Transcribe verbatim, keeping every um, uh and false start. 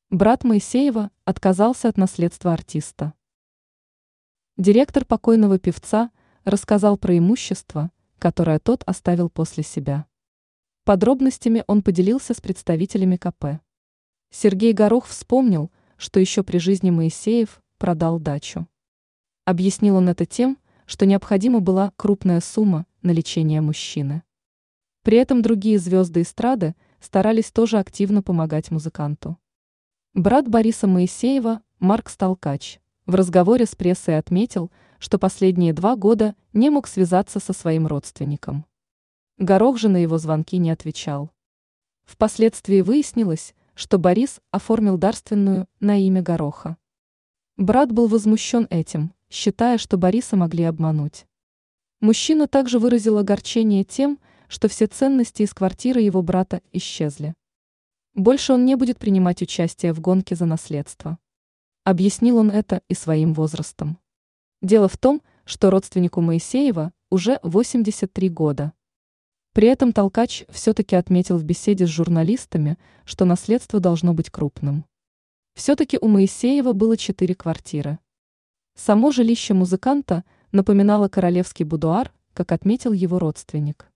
Брат Моисеева отказался от наследства артиста. Директор покойного певца рассказал про имущество, которое тот оставил после себя. Подробностями он поделился с представителями ка пэ. Сергей Горох вспомнил, что еще при жизни Моисеев продал дачу. Объяснил он это тем, что необходима была крупная сумма на лечение мужчины. При этом другие звезды эстрады старались тоже активно помогать музыканту. Брат Бориса Моисеева, Марк Сталкач, в разговоре с прессой отметил, что последние два года не мог связаться со своим родственником. Горох же на его звонки не отвечал. Впоследствии выяснилось, что Борис оформил дарственную на имя Гороха. Брат был возмущен этим, считая, что Бориса могли обмануть. Мужчина также выразил огорчение тем, что все ценности из квартиры его брата исчезли. Больше он не будет принимать участие в гонке за наследство. Объяснил он это и своим возрастом. Дело в том, что родственнику Моисеева уже восемьдесят три года. При этом Толкач все-таки отметил в беседе с журналистами, что наследство должно быть крупным. Все-таки у Моисеева было четыре квартиры. Само жилище музыканта напоминало королевский будуар, как отметил его родственник.